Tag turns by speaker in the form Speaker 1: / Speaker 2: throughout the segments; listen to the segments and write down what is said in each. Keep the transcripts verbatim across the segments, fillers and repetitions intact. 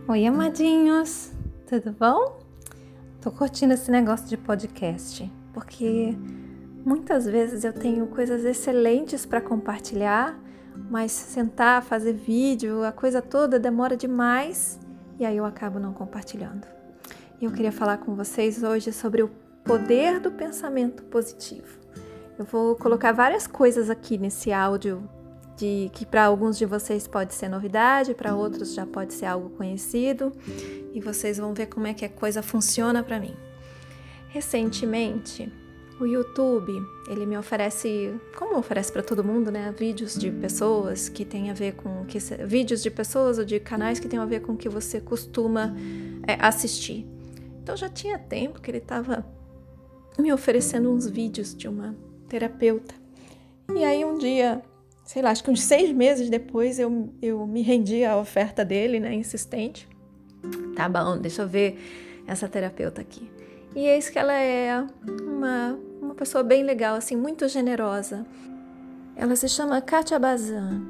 Speaker 1: Oi, amadinhos, tudo bom? Tô curtindo esse negócio de podcast, porque muitas vezes eu tenho coisas excelentes para compartilhar, mas sentar, fazer vídeo, a coisa toda demora demais e aí eu acabo não compartilhando. E eu queria falar com vocês hoje sobre o poder do pensamento positivo. Eu vou colocar várias coisas aqui nesse áudio de, que para alguns de vocês pode ser novidade, para outros já pode ser algo conhecido, e vocês vão ver como é que a coisa funciona para mim. Recentemente, o YouTube, ele me oferece, como oferece para todo mundo, né, vídeos de pessoas que tem a ver com que vídeos de pessoas ou de canais que tem a ver com o que você costuma é, assistir. Então já tinha tempo que ele estava me oferecendo uns vídeos de uma terapeuta. E aí um dia, sei lá, acho que uns seis meses depois eu, eu me rendi à oferta dele, né, insistente. Tá bom, deixa eu ver essa terapeuta aqui. E eis que ela é uma, uma pessoa bem legal, assim, muito generosa. Ela se chama Kátia Bazan.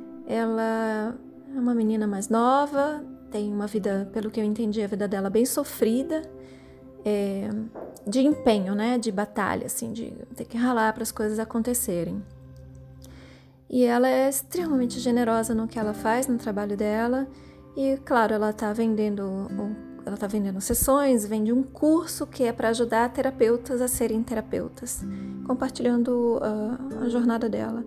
Speaker 1: Ela é uma menina mais nova, tem uma vida, pelo que eu entendi, a vida dela bem sofrida, é, de empenho, né, de batalha, assim, de ter que ralar para as coisas acontecerem. E ela é extremamente generosa no que ela faz, no trabalho dela. E, claro, ela está vendendo, ela tá vendendo sessões, vende um curso que é para ajudar terapeutas a serem terapeutas, compartilhando uh, a jornada dela.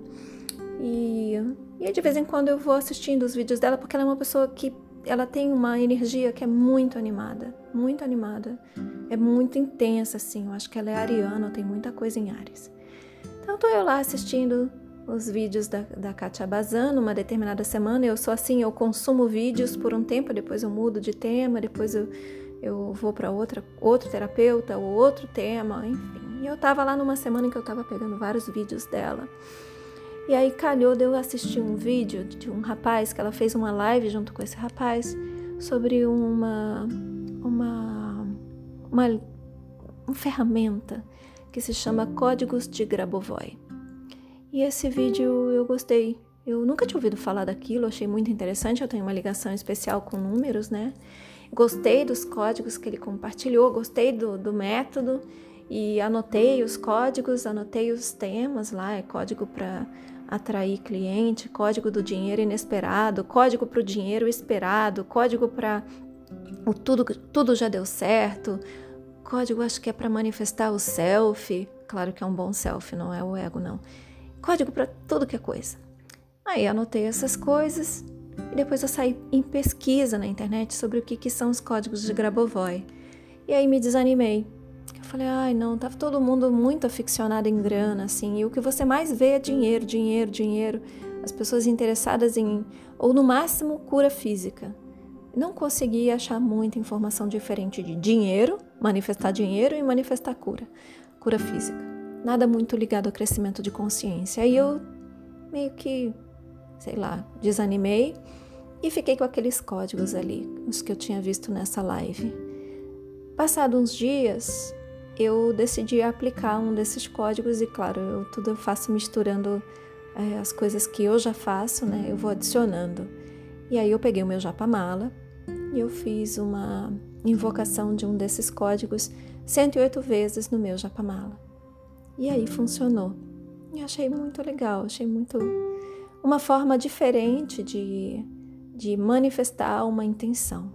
Speaker 1: E, e de vez em quando eu vou assistindo os vídeos dela, porque ela é uma pessoa que ela tem uma energia que é muito animada, muito animada. É muito intensa, assim. Eu acho que ela é ariana, tem muita coisa em Áries. Então, estou eu lá assistindo os vídeos da, da Kátia Bazan numa determinada semana. Eu sou assim, eu consumo vídeos por um tempo, depois eu mudo de tema, depois eu, eu vou para outra outro terapeuta ou outro tema, enfim. E eu tava lá numa semana em que eu tava pegando vários vídeos dela. E aí calhou de eu assistir um vídeo de um rapaz, que ela fez uma live junto com esse rapaz, sobre uma, uma, uma, uma ferramenta que se chama Códigos de Grabovoi. E esse vídeo eu gostei. Eu nunca tinha ouvido falar daquilo, achei muito interessante. Eu tenho uma ligação especial com números, né? Gostei dos códigos que ele compartilhou, gostei do, do método e anotei os códigos, anotei os temas lá. É código para atrair cliente, código do dinheiro inesperado, código para o dinheiro esperado, código para o tudo, tudo já deu certo, código acho que é para manifestar o self. Claro que é um bom self, não é o ego, não. Código para tudo que é coisa. Aí anotei essas coisas e depois eu saí em pesquisa na internet sobre o que, que são os códigos de Grabovoi. E aí me desanimei. Eu falei, ai não, tá todo mundo muito aficionado em grana, assim, e o que você mais vê é dinheiro, dinheiro, dinheiro. As pessoas interessadas em, ou no máximo, cura física. Não consegui achar muita informação diferente de dinheiro, manifestar dinheiro e manifestar cura, cura física. Nada muito ligado ao crescimento de consciência. Aí eu meio que, sei lá, desanimei e fiquei com aqueles códigos ali, os que eu tinha visto nessa live. Passados uns dias, eu decidi aplicar um desses códigos e, claro, eu, tudo eu faço misturando é, as coisas que eu já faço, né? Eu vou adicionando. E aí eu peguei o meu Japamala e eu fiz uma invocação de um desses códigos cento e oito vezes no meu Japamala. E aí funcionou. E achei muito legal, achei muito uma forma diferente de, de manifestar uma intenção.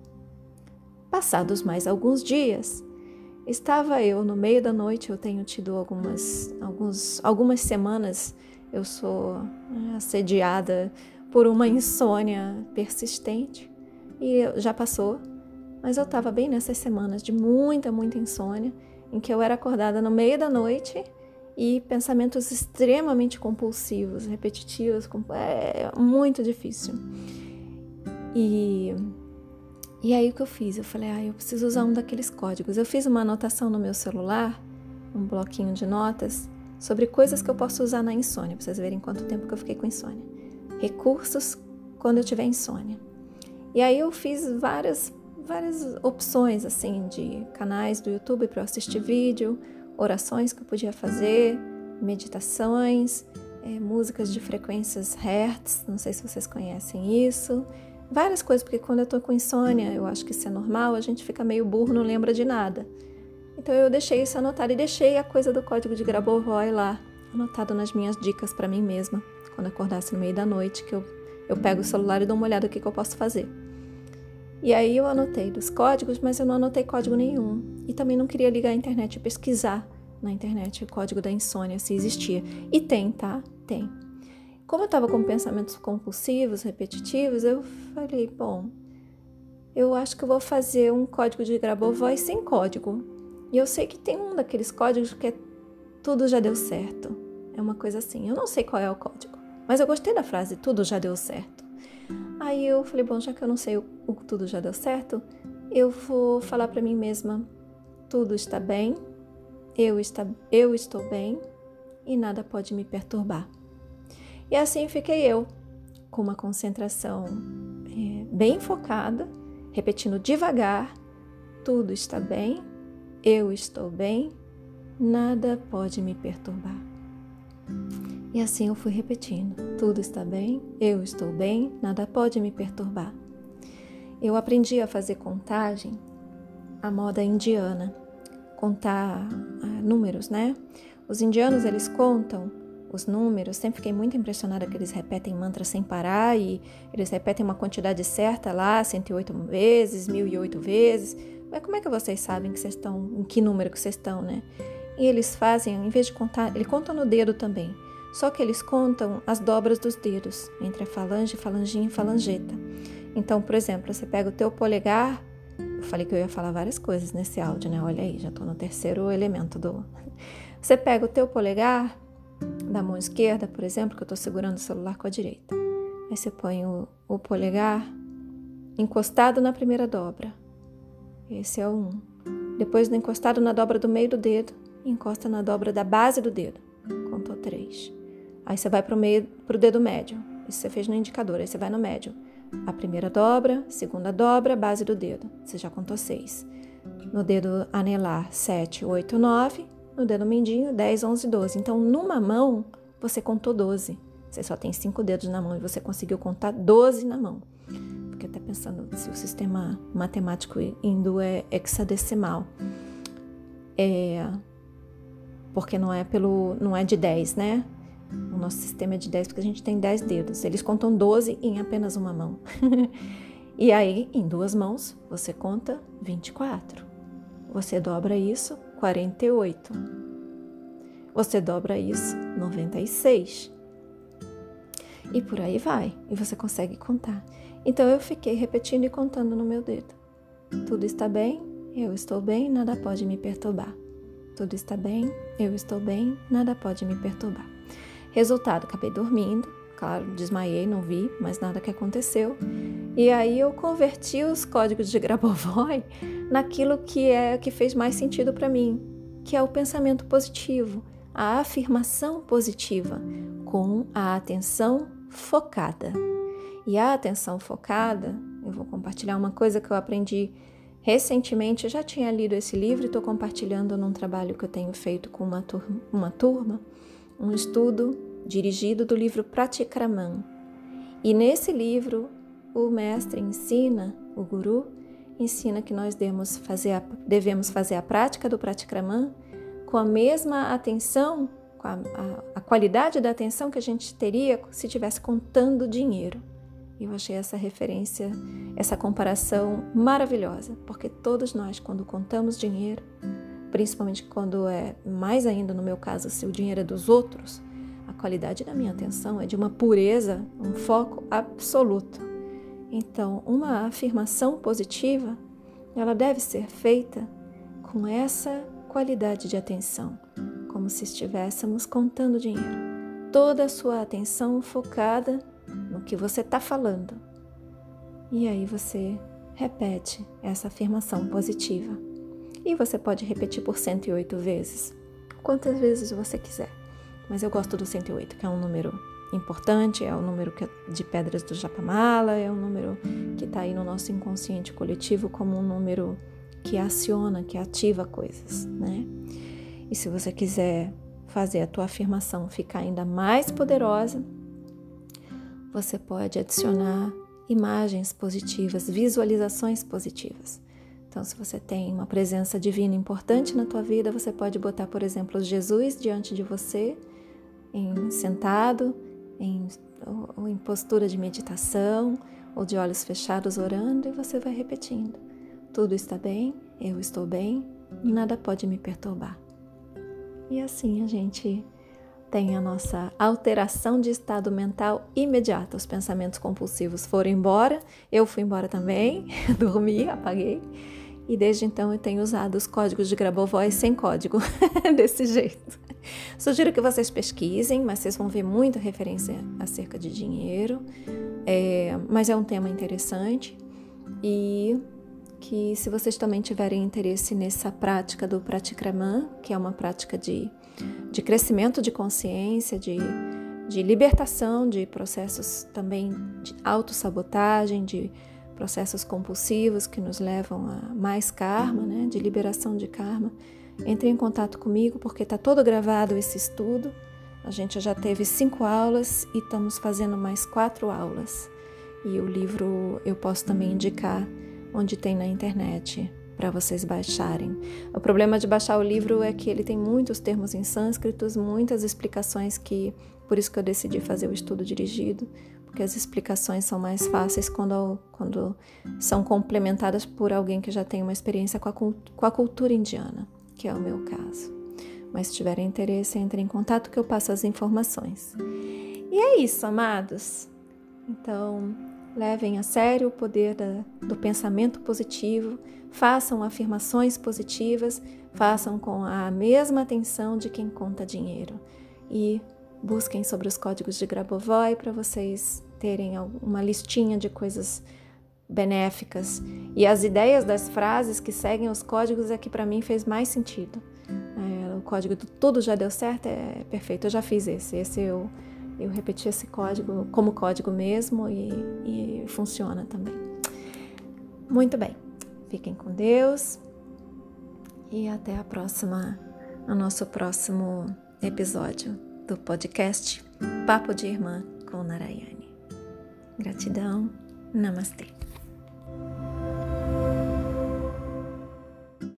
Speaker 1: Passados mais alguns dias, estava eu no meio da noite, eu tenho tido algumas, alguns, algumas semanas, eu sou assediada por uma insônia persistente, e já passou, mas eu estava bem nessas semanas de muita, muita insônia, em que eu era acordada no meio da noite e pensamentos extremamente compulsivos, repetitivos, é muito difícil. E, e aí o que eu fiz? Eu falei, ah, eu preciso usar um daqueles códigos. Eu fiz uma anotação no meu celular, um bloquinho de notas, sobre coisas que eu posso usar na insônia, para vocês verem quanto tempo que eu fiquei com insônia. Recursos quando eu tiver insônia. E aí eu fiz várias, várias opções, assim, de canais do YouTube para eu assistir vídeo, orações que eu podia fazer, meditações, é, músicas de frequências Hertz, não sei se vocês conhecem isso, várias coisas, porque quando eu tô com insônia, eu acho que isso é normal, a gente fica meio burro, não lembra de nada. Então eu deixei isso anotado e deixei a coisa do código de Grabovoi lá, anotado nas minhas dicas para mim mesma. Quando acordasse no meio da noite, que eu, eu pego o celular e dou uma olhada no que, que eu posso fazer. E aí eu anotei dos códigos, mas eu não anotei código nenhum. E também não queria ligar a internet e pesquisar na internet o código da insônia, se existia. E tem, tá? Tem. Como eu estava com pensamentos compulsivos, repetitivos, eu falei, bom, eu acho que eu vou fazer um código de Grabovoi sem código. E eu sei que tem um daqueles códigos que é tudo já deu certo. É uma coisa assim, eu não sei qual é o código, mas eu gostei da frase, tudo já deu certo. Aí eu falei, bom, já que eu não sei o, o tudo já deu certo, eu vou falar para mim mesma, tudo está bem, eu, está, eu estou bem e nada pode me perturbar. E assim fiquei eu, com uma concentração é, bem focada, repetindo devagar, tudo está bem, eu estou bem, nada pode me perturbar. E assim eu fui repetindo, tudo está bem, eu estou bem, nada pode me perturbar. Eu aprendi a fazer contagem à moda indiana, contar uh, números, né? Os indianos, eles contam os números, sempre fiquei muito impressionada que eles repetem mantras sem parar e eles repetem uma quantidade certa lá, cento e oito vezes, mil e oito vezes. Mas como é que vocês sabem que vocês estão, em que número que vocês estão, né? E eles fazem, em vez de contar, eles contam no dedo também, só que eles contam as dobras dos dedos, entre a falange, falanginha e falangeta. Então, por exemplo, você pega o teu polegar, eu falei que eu ia falar várias coisas nesse áudio, né? Olha aí, já tô no terceiro elemento do... Você pega o teu polegar da mão esquerda, por exemplo, que eu tô segurando o celular com a direita. Aí você põe o, o polegar encostado na primeira dobra. Esse é o um. Depois, encostado na dobra do meio do dedo, encosta na dobra da base do dedo. Contou três. Aí você vai pro meio, pro dedo médio. Isso você fez no indicador. Aí você vai no médio. A primeira dobra, segunda dobra, base do dedo. Você já contou seis. No dedo anelar, sete, oito, nove. No dedo mindinho, dez, onze, doze. Então, numa mão, você contou doze. Você só tem cinco dedos na mão e você conseguiu contar doze na mão. Porque até pensando se o sistema matemático hindu é hexadecimal. É... Porque não é, pelo, não é de dez, né? O nosso sistema é de dez porque a gente tem dez dedos. Eles contam doze em apenas uma mão. E aí, em duas mãos, você conta vinte e quatro. Você dobra isso, quarenta e oito. Você dobra isso, noventa e seis. E por aí vai. E você consegue contar. Então, eu fiquei repetindo e contando no meu dedo. Tudo está bem, eu estou bem, nada pode me perturbar. Tudo está bem, eu estou bem, nada pode me perturbar. Resultado, acabei dormindo, claro, desmaiei, não vi, mas nada que aconteceu. E aí eu converti os códigos de Grabovoi naquilo que é que fez mais sentido para mim, que é o pensamento positivo, a afirmação positiva, com a atenção focada. E a atenção focada, eu vou compartilhar uma coisa que eu aprendi recentemente. Eu já tinha lido esse livro e estou compartilhando num trabalho que eu tenho feito com uma turma, uma turma, um estudo dirigido do livro Pratikraman. E nesse livro, o mestre ensina, o guru, ensina que nós devemos fazer a, devemos fazer a prática do Pratikraman com a mesma atenção, com a, a, a qualidade da atenção que a gente teria se estivesse contando dinheiro. E eu achei essa referência, essa comparação maravilhosa, porque todos nós, quando contamos dinheiro, principalmente quando é, mais ainda no meu caso, se o dinheiro é dos outros, a qualidade da minha atenção é de uma pureza, um foco absoluto. Então, uma afirmação positiva, ela deve ser feita com essa qualidade de atenção, como se estivéssemos contando dinheiro. Toda a sua atenção focada no que você está falando. E aí você repete essa afirmação positiva. E você pode repetir por cento e oito vezes, quantas vezes você quiser. Mas eu gosto do cento e oito, que é um número importante, é o número de pedras do Japamala, é um número que está aí no nosso inconsciente coletivo como um número que aciona, que ativa coisas, né? E se você quiser fazer a tua afirmação ficar ainda mais poderosa, você pode adicionar imagens positivas, visualizações positivas. Então, se você tem uma presença divina importante na tua vida, você pode botar, por exemplo, Jesus diante de você, em sentado, em, ou em postura de meditação, ou de olhos fechados orando, e você vai repetindo. Tudo está bem, eu estou bem, nada pode me perturbar. E assim a gente tem a nossa alteração de estado mental imediata. Os pensamentos compulsivos foram embora, eu fui embora também, dormi, apaguei. E desde então eu tenho usado os códigos de Grabovoi sem código, desse jeito. Sugiro que vocês pesquisem, mas vocês vão ver muita referência acerca de dinheiro. É, mas é um tema interessante. E que se vocês também tiverem interesse nessa prática do Pratikraman, que é uma prática de, de crescimento de consciência, de, de libertação de processos também de autossabotagem, de processos compulsivos que nos levam a mais karma, né, de liberação de karma, entre em contato comigo, porque está todo gravado esse estudo. A gente já teve cinco aulas e estamos fazendo mais quatro aulas. E o livro eu posso também indicar onde tem na internet para vocês baixarem. O problema de baixar o livro é que ele tem muitos termos em sânscritos, muitas explicações que, por isso que eu decidi fazer o estudo dirigido, porque as explicações são mais fáceis quando, quando são complementadas por alguém que já tem uma experiência com a, com a cultura indiana, que é o meu caso. Mas se tiverem interesse, entrem em contato que eu passo as informações. E é isso, amados. Então, levem a sério o poder da, do pensamento positivo, façam afirmações positivas, façam com a mesma atenção de quem conta dinheiro. E busquem sobre os códigos de Grabovoi para vocês terem uma listinha de coisas benéficas. E as ideias das frases que seguem os códigos é que para mim fez mais sentido. É, o código do tudo já deu certo é perfeito, eu já fiz esse. Esse eu... Eu repeti esse código como código mesmo e, e funciona também. Muito bem. Fiquem com Deus e até a próxima, o nosso próximo episódio do podcast Papo de Irmã com Narayane. Gratidão. Namastê.